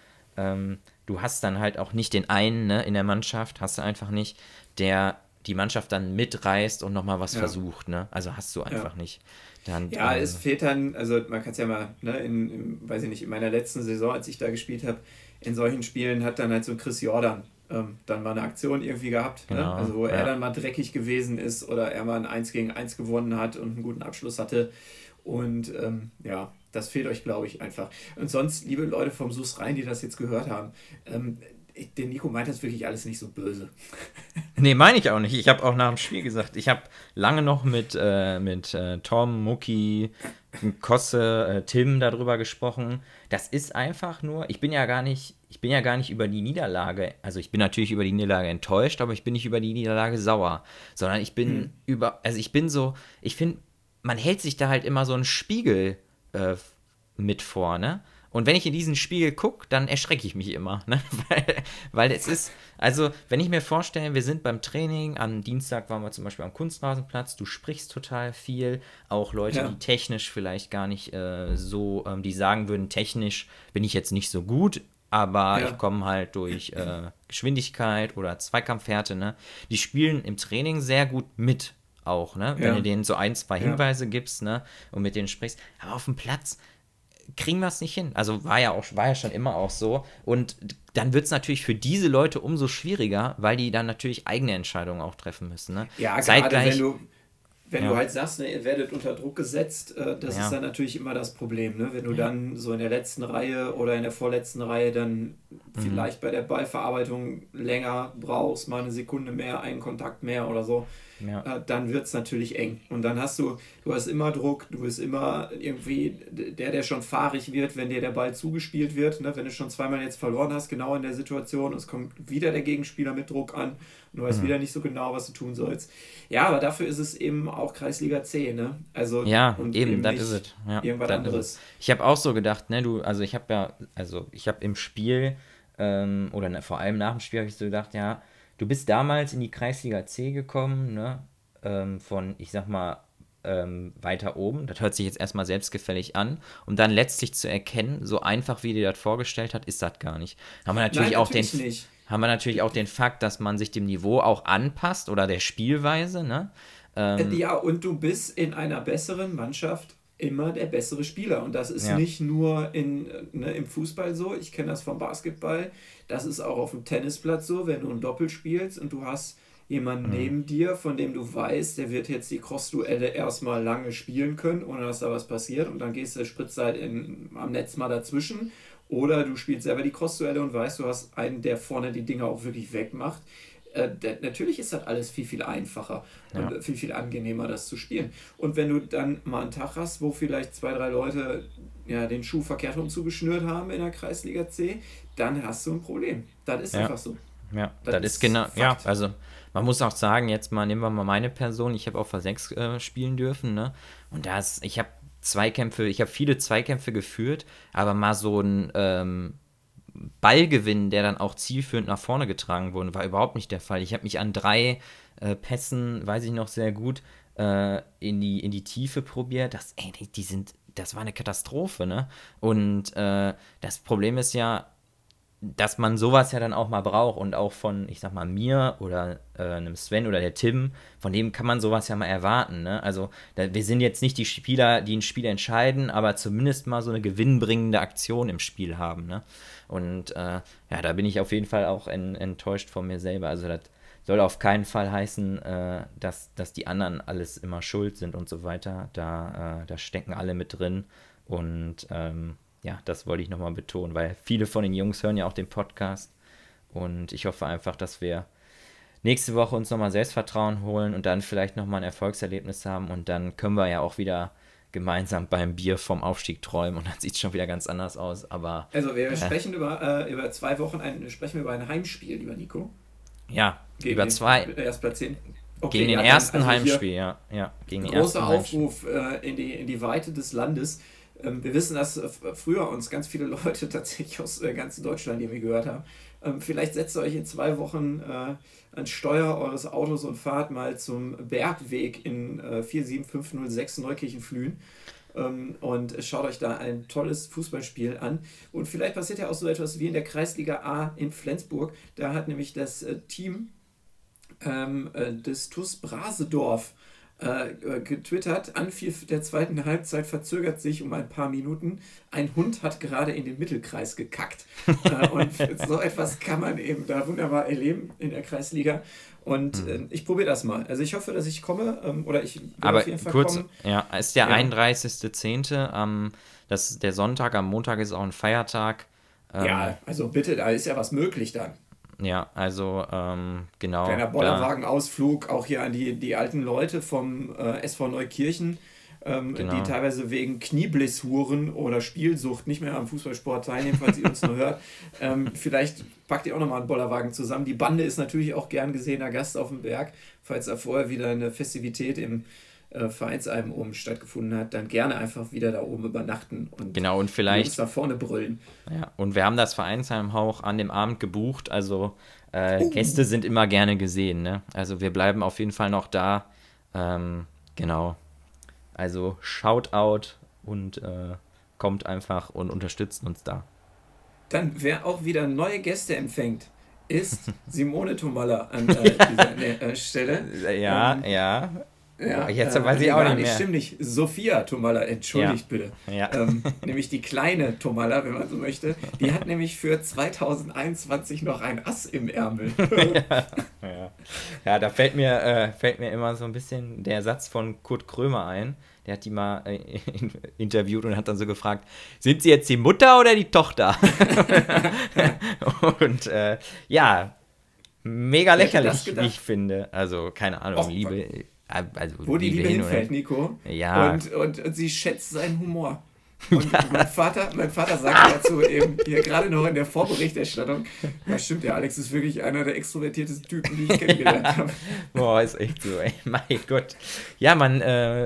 [SPEAKER 2] du hast dann halt auch nicht den einen, ne, in der Mannschaft, hast du einfach nicht, der die Mannschaft dann mitreißt und nochmal was
[SPEAKER 1] Ja,
[SPEAKER 2] versucht, ne? Also hast du
[SPEAKER 1] ja.
[SPEAKER 2] einfach nicht. Dann,
[SPEAKER 1] Ja, es fehlt dann, also man kann es ja mal, ne, weiß ich nicht, in meiner letzten Saison, als ich da gespielt habe, in solchen Spielen hat dann halt so ein Chris Jordan dann mal eine Aktion irgendwie gehabt, ne?
[SPEAKER 2] genau,
[SPEAKER 1] Also wo er
[SPEAKER 2] ja.
[SPEAKER 1] dann mal dreckig gewesen ist oder er mal ein 1 gegen eins gewonnen hat und einen guten Abschluss hatte. Und ja, das fehlt euch, glaube ich, einfach. Und sonst, liebe Leute vom SUS Rhein, die das jetzt gehört haben, der Nico meint das wirklich alles nicht so böse.
[SPEAKER 2] Nee, meine ich auch nicht. Ich habe auch nach dem Spiel gesagt, ich habe lange noch mit Tom, Mucki, Kosse, Tim darüber gesprochen. Das ist einfach nur, ich bin ja gar nicht über die Niederlage, also ich bin natürlich über die Niederlage enttäuscht, aber ich bin nicht über die Niederlage sauer, sondern
[SPEAKER 1] Hm.
[SPEAKER 2] also ich bin so, ich finde, man hält sich da halt immer so einen Spiegel äh, mit vor, ne? Und wenn ich in diesen Spiegel gucke, dann erschrecke ich mich immer, ne? Weil es ist, also wenn ich mir vorstelle, wir sind beim Training, am Dienstag waren wir zum Beispiel am Kunstrasenplatz, du sprichst total viel, auch Leute, die
[SPEAKER 1] Ja,
[SPEAKER 2] technisch vielleicht gar nicht die sagen würden, technisch bin ich jetzt nicht so gut, aber ich
[SPEAKER 1] ja,
[SPEAKER 2] komme halt durch Geschwindigkeit oder Zweikampfhärte, ne? Die spielen im Training sehr gut mit auch, ne? Wenn du
[SPEAKER 1] ja,
[SPEAKER 2] denen so ein, zwei
[SPEAKER 1] ja.
[SPEAKER 2] Hinweise gibst, ne? Und mit denen sprichst. Aber auf dem Platz kriegen wir es nicht hin. Also war ja schon immer auch so. Und dann wird es natürlich für diese Leute umso schwieriger, weil die dann natürlich eigene Entscheidungen auch treffen müssen. Ne?
[SPEAKER 1] Ja, gerade
[SPEAKER 2] Zeitgleich,
[SPEAKER 1] wenn du
[SPEAKER 2] ja,
[SPEAKER 1] halt sagst, ne, ihr werdet unter Druck gesetzt, das ist
[SPEAKER 2] ja,
[SPEAKER 1] dann natürlich immer das Problem. Ne? Wenn du
[SPEAKER 2] ja,
[SPEAKER 1] dann so in der letzten Reihe oder in der vorletzten Reihe dann
[SPEAKER 2] mhm,
[SPEAKER 1] vielleicht bei der Ballverarbeitung länger brauchst, mal eine Sekunde mehr, einen Kontakt mehr oder so,
[SPEAKER 2] ja,
[SPEAKER 1] dann wird es natürlich eng. Und dann du hast immer Druck, du bist immer irgendwie der schon fahrig wird, wenn dir der Ball zugespielt wird. Ne? Wenn du schon zweimal jetzt verloren hast, genau in der Situation, es kommt wieder der Gegenspieler mit Druck an und du weißt
[SPEAKER 2] mhm.
[SPEAKER 1] wieder nicht so genau, was du tun sollst. Ja, aber dafür ist es eben auch Kreisliga C, ne? Also,
[SPEAKER 2] Ja,
[SPEAKER 1] und
[SPEAKER 2] eben,
[SPEAKER 1] eben
[SPEAKER 2] das ist
[SPEAKER 1] nicht
[SPEAKER 2] es. Ja,
[SPEAKER 1] irgendwas
[SPEAKER 2] das ist es.
[SPEAKER 1] anderes.
[SPEAKER 2] Ich habe auch so gedacht, ne, also ich habe im Spiel, oder ne, vor allem nach dem Spiel habe ich so gedacht, ja, du bist damals in die Kreisliga C gekommen, ne, von, ich sag mal, weiter oben. Das hört sich jetzt erstmal selbstgefällig an, um dann letztlich zu erkennen, so einfach wie dir das vorgestellt hat, ist das gar nicht. Haben wir
[SPEAKER 1] Nein,
[SPEAKER 2] natürlich auch den,
[SPEAKER 1] natürlich nicht.
[SPEAKER 2] haben wir natürlich auch den Fakt, dass man sich dem Niveau auch anpasst oder der Spielweise, ne?
[SPEAKER 1] Ja, und du bist in einer besseren Mannschaft immer der bessere Spieler. Und das ist
[SPEAKER 2] Ja.
[SPEAKER 1] nicht nur im Fußball so, ich kenne das vom Basketball, das ist auch auf dem Tennisplatz so, wenn du ein Doppel spielst und du hast jemanden
[SPEAKER 2] Mhm.
[SPEAKER 1] neben dir, von dem du weißt, der wird jetzt die Cross-Duelle erstmal lange spielen können, ohne dass da was passiert. Und dann gehst du spritzt halt am Netz mal dazwischen. Oder du spielst selber die Cross-Duelle und weißt, du hast einen, der vorne die Dinger auch wirklich wegmacht. Natürlich ist das alles viel, viel einfacher und
[SPEAKER 2] Ja.
[SPEAKER 1] viel, viel angenehmer, das zu spielen. Und wenn du dann mal einen Tag hast, wo vielleicht zwei, drei Leute ja, den Schuh verkehrt rum zugeschnürt haben in der Kreisliga C, dann hast du ein Problem. Das ist
[SPEAKER 2] Ja.
[SPEAKER 1] einfach so.
[SPEAKER 2] Ja,
[SPEAKER 1] Das
[SPEAKER 2] das ist
[SPEAKER 1] ist
[SPEAKER 2] genau, ja,
[SPEAKER 1] Fakt.
[SPEAKER 2] also man muss auch sagen, jetzt mal nehmen wir mal meine Person, ich habe auf der 6 spielen dürfen, ne? Und ich habe viele Zweikämpfe geführt, aber mal so ein Ballgewinn, der dann auch zielführend nach vorne getragen wurde, war überhaupt nicht der Fall. Ich habe mich an 3 Pässen, weiß ich noch sehr gut, in die Tiefe probiert. Das war eine Katastrophe, ne? Und das Problem ist ja, dass man sowas ja dann auch mal braucht und auch von, ich sag mal, mir oder einem Sven oder der Tim, von dem kann man sowas ja mal erwarten. Ne? Also wir sind jetzt nicht die Spieler, die ein Spiel entscheiden, aber zumindest mal so eine gewinnbringende Aktion im Spiel haben. Ne? Und ja, da bin ich auf jeden Fall auch enttäuscht von mir selber. Also das soll auf keinen Fall heißen, dass die anderen alles immer schuld sind und so weiter. Da stecken alle mit drin und ja, das wollte ich nochmal betonen, weil viele von den Jungs hören ja auch den Podcast und ich hoffe einfach, dass wir nächste Woche uns nochmal Selbstvertrauen holen und dann vielleicht nochmal ein Erfolgserlebnis haben und dann können wir ja auch wieder gemeinsam beim Bier vom Aufstieg träumen und dann sieht es schon wieder ganz anders aus, aber
[SPEAKER 1] Also wir sprechen über 2 Wochen sprechen wir über ein Heimspiel, lieber Nico,
[SPEAKER 2] ja,
[SPEAKER 1] gegen
[SPEAKER 2] über
[SPEAKER 1] den
[SPEAKER 2] zwei,
[SPEAKER 1] Erstplatzierten.
[SPEAKER 2] gegen
[SPEAKER 1] Okay,
[SPEAKER 2] den
[SPEAKER 1] ja, dann
[SPEAKER 2] ersten
[SPEAKER 1] also hier
[SPEAKER 2] Heimspiel, ja, ja, gegen den
[SPEAKER 1] großer
[SPEAKER 2] ersten Heimspiel.
[SPEAKER 1] Aufruf in die Weite des Landes. Wir wissen, dass früher uns ganz viele Leute tatsächlich aus ganz Deutschland irgendwie gehört haben. Vielleicht setzt ihr euch in 2 Wochen ans Steuer eures Autos und fahrt mal zum Bergweg in 47506 Neukirchen-Flühen. Und schaut euch da ein tolles Fußballspiel an. Und vielleicht passiert ja auch so etwas wie in der Kreisliga A in Flensburg. Da hat nämlich das Team des TuS Brasedorf getwittert, Anpfiff der zweiten Halbzeit verzögert sich um ein paar Minuten. Ein Hund hat gerade in den Mittelkreis gekackt. Und so etwas kann man eben da wunderbar erleben in der Kreisliga. Und ich probiere das mal. Also ich hoffe, dass ich komme. Oder ich werde auf jeden Fall kommen.
[SPEAKER 2] Ja, ist der 31.10. Der Sonntag, am Montag ist auch ein Feiertag.
[SPEAKER 1] Ja, also bitte, da ist ja was möglich dann.
[SPEAKER 2] Ja, also genau.
[SPEAKER 1] Kleiner Bollerwagen-Ausflug auch hier an die alten Leute vom SV Neukirchen, die teilweise wegen Knieblessuren oder Spielsucht nicht mehr am Fußballsport teilnehmen, falls ihr uns nur hört. Vielleicht packt ihr auch nochmal einen Bollerwagen zusammen. Die Bande ist natürlich auch gern gesehener Gast auf dem Berg. Falls da vorher wieder eine Festivität im Vereinsheim oben stattgefunden hat, dann gerne einfach wieder da oben übernachten und
[SPEAKER 2] vielleicht
[SPEAKER 1] uns da vorne brüllen.
[SPEAKER 2] Ja, und wir haben das Vereinsheim auch an dem Abend gebucht, also Gäste sind immer gerne gesehen, ne? Also wir bleiben auf jeden Fall noch da, genau, also Shoutout und kommt einfach und unterstützt uns da.
[SPEAKER 1] Dann, wer auch wieder neue Gäste empfängt, ist Simone Thomalla an dieser Stelle.
[SPEAKER 2] Ja.
[SPEAKER 1] Ja,
[SPEAKER 2] jetzt weiß ich auch nicht mehr.
[SPEAKER 1] Stimmt nicht. Sophia Thomalla, entschuldigt bitte.
[SPEAKER 2] Ja.
[SPEAKER 1] Nämlich die kleine Thomalla, wenn man so möchte. Die hat nämlich für 2021 noch ein Ass im Ärmel.
[SPEAKER 2] Ja, da fällt mir immer so ein bisschen der Satz von Kurt Krömer ein. Der hat die mal interviewt und hat dann so gefragt, sind Sie jetzt die Mutter oder die Tochter? Und mega lächerlich, wie ich finde. Also, keine Ahnung, Liebe... Also
[SPEAKER 1] wo die Liebe hinfällt, Nico.
[SPEAKER 2] Ja.
[SPEAKER 1] Und sie schätzt seinen Humor. Und mein Vater sagte dazu eben hier gerade noch in der Vorberichterstattung, ja stimmt, der Alex ist wirklich einer der extrovertiertesten Typen, die ich kennengelernt habe.
[SPEAKER 2] Boah, ist echt so, ey. Mein Gott. Ja, man,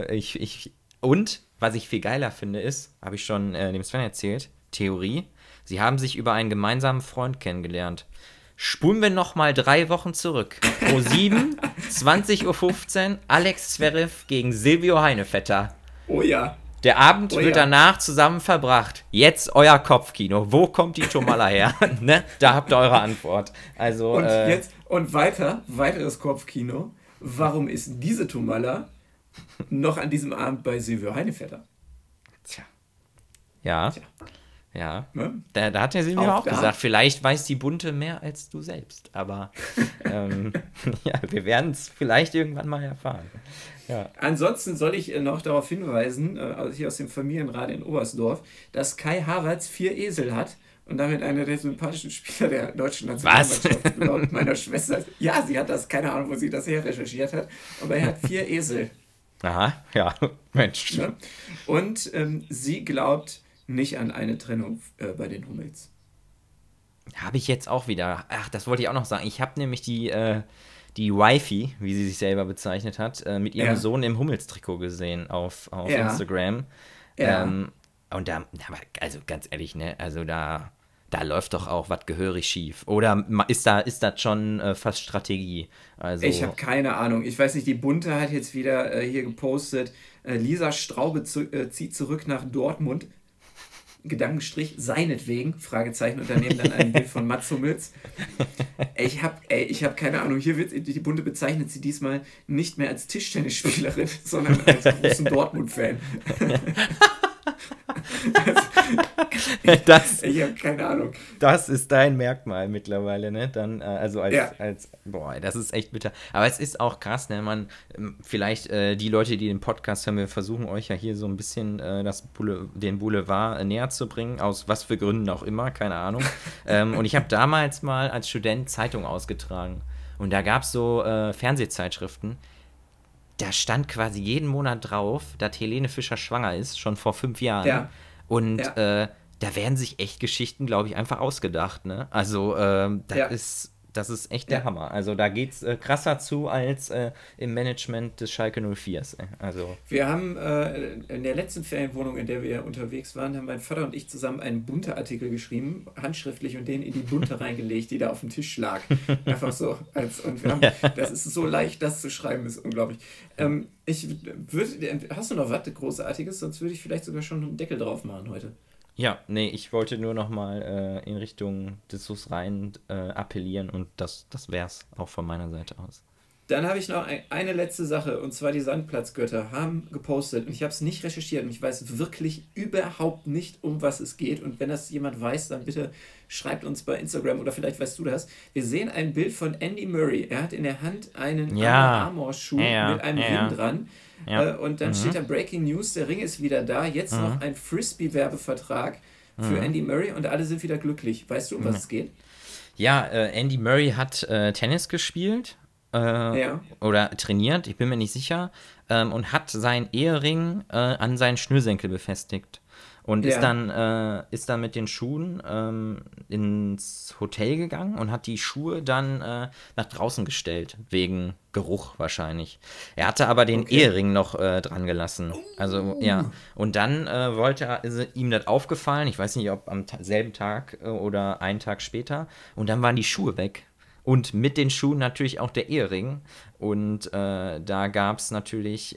[SPEAKER 2] und was ich viel geiler finde ist, habe ich schon dem Sven erzählt, Theorie, sie haben sich über einen gemeinsamen Freund kennengelernt. Spulen wir nochmal 3 Wochen zurück. Pro7, 20:15 Uhr, Alex Zverev gegen Silvio Heinevetter.
[SPEAKER 1] Oh ja.
[SPEAKER 2] Der Abend wird danach zusammen verbracht. Jetzt euer Kopfkino. Wo kommt die Thomalla her? Ne? Da habt ihr eure Antwort. Also,
[SPEAKER 1] weiteres Kopfkino. Warum ist diese Thomalla noch an diesem Abend bei Silvio Heinevetter?
[SPEAKER 2] Tja. Ja. Ja,
[SPEAKER 1] ne?
[SPEAKER 2] Da hat der Silvio auch gesagt, vielleicht weiß die Bunte mehr als du selbst. Aber wir werden es vielleicht irgendwann mal erfahren. Ja.
[SPEAKER 1] Ansonsten soll ich noch darauf hinweisen, also hier aus dem Familienrat in Oberstdorf, dass Kai Havertz 4 Esel hat und damit einer der sympathischen Spieler der deutschen Nationalmannschaft laut meiner Schwester. Ja, sie hat das, keine Ahnung, wo sie das her recherchiert hat, aber er hat 4 Esel.
[SPEAKER 2] Aha, ja, Mensch.
[SPEAKER 1] Ne? Und sie glaubt nicht an eine Trennung bei den Hummels.
[SPEAKER 2] Habe ich jetzt auch wieder. Ach, das wollte ich auch noch sagen. Ich habe nämlich die Wifey, wie sie sich selber bezeichnet hat, mit ihrem Sohn im Hummels-Trikot gesehen auf Instagram.
[SPEAKER 1] Ja.
[SPEAKER 2] Und da, also ganz ehrlich, ne, also da läuft doch auch was gehörig schief. Oder ist das schon fast Strategie? Also,
[SPEAKER 1] ich habe keine Ahnung. Ich weiß nicht, die Bunte hat jetzt wieder hier gepostet, Lisa Straube zieht zurück nach Dortmund. Gedankenstrich, seinetwegen, Fragezeichen, und daneben dann ein Bild von Mats Hummels. Ich hab keine Ahnung, hier wird die Bunte bezeichnet sie diesmal nicht mehr als Tischtennisspielerin, sondern als großen Dortmund-Fan. Ich habe keine Ahnung.
[SPEAKER 2] Das ist dein Merkmal mittlerweile, ne? Dann, boah, das ist echt bitter. Aber es ist auch krass, ne? Vielleicht die Leute, die den Podcast hören, wir versuchen euch ja hier so ein bisschen den Boulevard näher zu bringen, aus was für Gründen auch immer, keine Ahnung. Und ich habe damals mal als Student Zeitung ausgetragen. Und da gab es so Fernsehzeitschriften. Da stand quasi jeden Monat drauf, dass Helene Fischer schwanger ist, schon vor 5 Jahren.
[SPEAKER 1] Ja.
[SPEAKER 2] Und da werden sich echt Geschichten, glaube ich, einfach ausgedacht. Ne? Also, das ist Das ist echt der Hammer. Also da geht's krasser zu als im Management des Schalke 04s. Also
[SPEAKER 1] Wir haben in der letzten Ferienwohnung, in der wir unterwegs waren, haben mein Vater und ich zusammen einen Bunte-Artikel geschrieben, handschriftlich, und den in die Bunte reingelegt, die da auf dem Tisch lag. Einfach so. Und wir haben, das ist so leicht, das zu schreiben, ist unglaublich. Hast du noch was Großartiges? Sonst würde ich vielleicht sogar schon einen Deckel drauf machen heute.
[SPEAKER 2] ja, nee, ich wollte nur noch mal in Richtung des Sus rein appellieren und das wär's auch von meiner Seite aus.
[SPEAKER 1] Dann habe ich noch eine letzte Sache, und zwar die Sandplatzgötter haben gepostet, und ich habe es nicht recherchiert und ich weiß wirklich überhaupt nicht, um was es geht, und wenn das jemand weiß, dann bitte schreibt uns bei Instagram oder vielleicht weißt du das. Wir sehen ein Bild von Andy Murray, er hat in der Hand einen Under Armour-Schuh mit einem Ring dran, und dann steht da Breaking News, der Ring ist wieder da, jetzt noch ein Frisbee-Werbevertrag für Andy Murray und alle sind wieder glücklich. Weißt du, um was es geht?
[SPEAKER 2] Ja, Andy Murray hat Tennis gespielt. Oder trainiert, ich bin mir nicht sicher, und hat seinen Ehering an seinen Schnürsenkel befestigt. Und ist dann mit den Schuhen ins Hotel gegangen und hat die Schuhe dann nach draußen gestellt, wegen Geruch wahrscheinlich. Er hatte aber den Ehering noch dran gelassen. Also, ja. Und dann ist ihm das aufgefallen, ich weiß nicht, ob am selben Tag oder einen Tag später, und dann waren die Schuhe weg. Und mit den Schuhen natürlich auch der Ehering. Und da gab es natürlich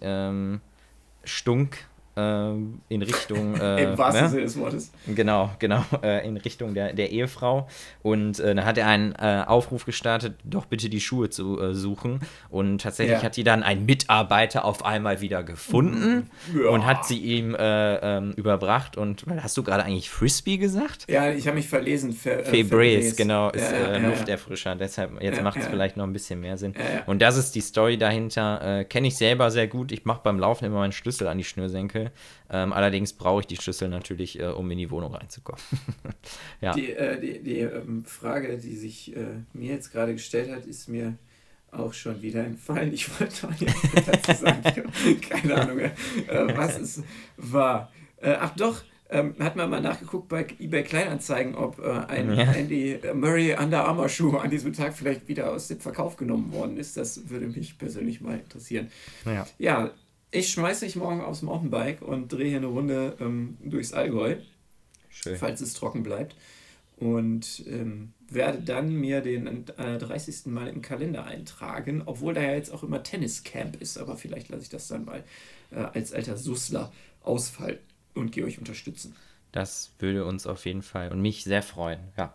[SPEAKER 2] Stunk in Richtung...
[SPEAKER 1] Im wahrsten Sinne des Wortes.
[SPEAKER 2] Genau, in Richtung der Ehefrau. Und da hat er einen Aufruf gestartet, doch bitte die Schuhe zu suchen. Und tatsächlich hat die dann ein Mitarbeiter auf einmal wieder gefunden und hat sie ihm überbracht. Und hast du gerade eigentlich Frisbee gesagt?
[SPEAKER 1] Ja, ich habe mich verlesen.
[SPEAKER 2] Febreze, genau, ist Lufterfrischer. Deshalb, jetzt macht es vielleicht noch ein bisschen mehr Sinn. Und das ist die Story dahinter. Kenne ich selber sehr gut. Ich mache beim Laufen immer meinen Schlüssel an die Schnürsenkel. Allerdings brauche ich die Schlüssel natürlich, um in die Wohnung reinzukommen. Ja.
[SPEAKER 1] Die Frage, die sich mir jetzt gerade gestellt hat, ist mir auch schon wieder entfallen. Ich wollte auch jetzt dazu sagen, keine Ahnung mehr, was es war. Ach doch, hat man mal nachgeguckt bei eBay Kleinanzeigen, ob ein Andy Murray Under Armour Schuh an diesem Tag vielleicht wieder aus dem Verkauf genommen worden ist. Das würde mich persönlich mal interessieren. Ja, ich schmeiße mich morgen aufs Mountainbike und drehe hier eine Runde durchs Allgäu, falls es trocken bleibt. Und werde dann mir den 30. Mal im Kalender eintragen, obwohl da ja jetzt auch immer Tenniscamp ist. Aber vielleicht lasse ich das dann mal als alter Sussler ausfallen und gehe euch unterstützen.
[SPEAKER 2] Das würde uns auf jeden Fall und mich sehr freuen, ja.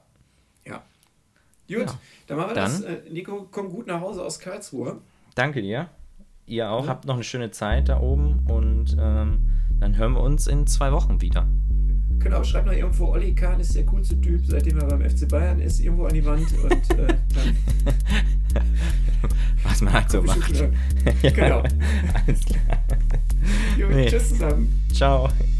[SPEAKER 1] Gut, dann machen wir das. Nico, komm gut nach Hause aus Karlsruhe.
[SPEAKER 2] Danke dir. Ihr auch. Habt noch eine schöne Zeit da oben und dann hören wir uns in 2 Wochen wieder.
[SPEAKER 1] Genau, schreibt noch irgendwo, Olli Kahn ist der coolste Typ, seitdem er beim FC Bayern ist, irgendwo an die Wand und dann...
[SPEAKER 2] Was man halt so macht.
[SPEAKER 1] Genau.
[SPEAKER 2] Alles klar.
[SPEAKER 1] Tschüss zusammen.
[SPEAKER 2] Ciao.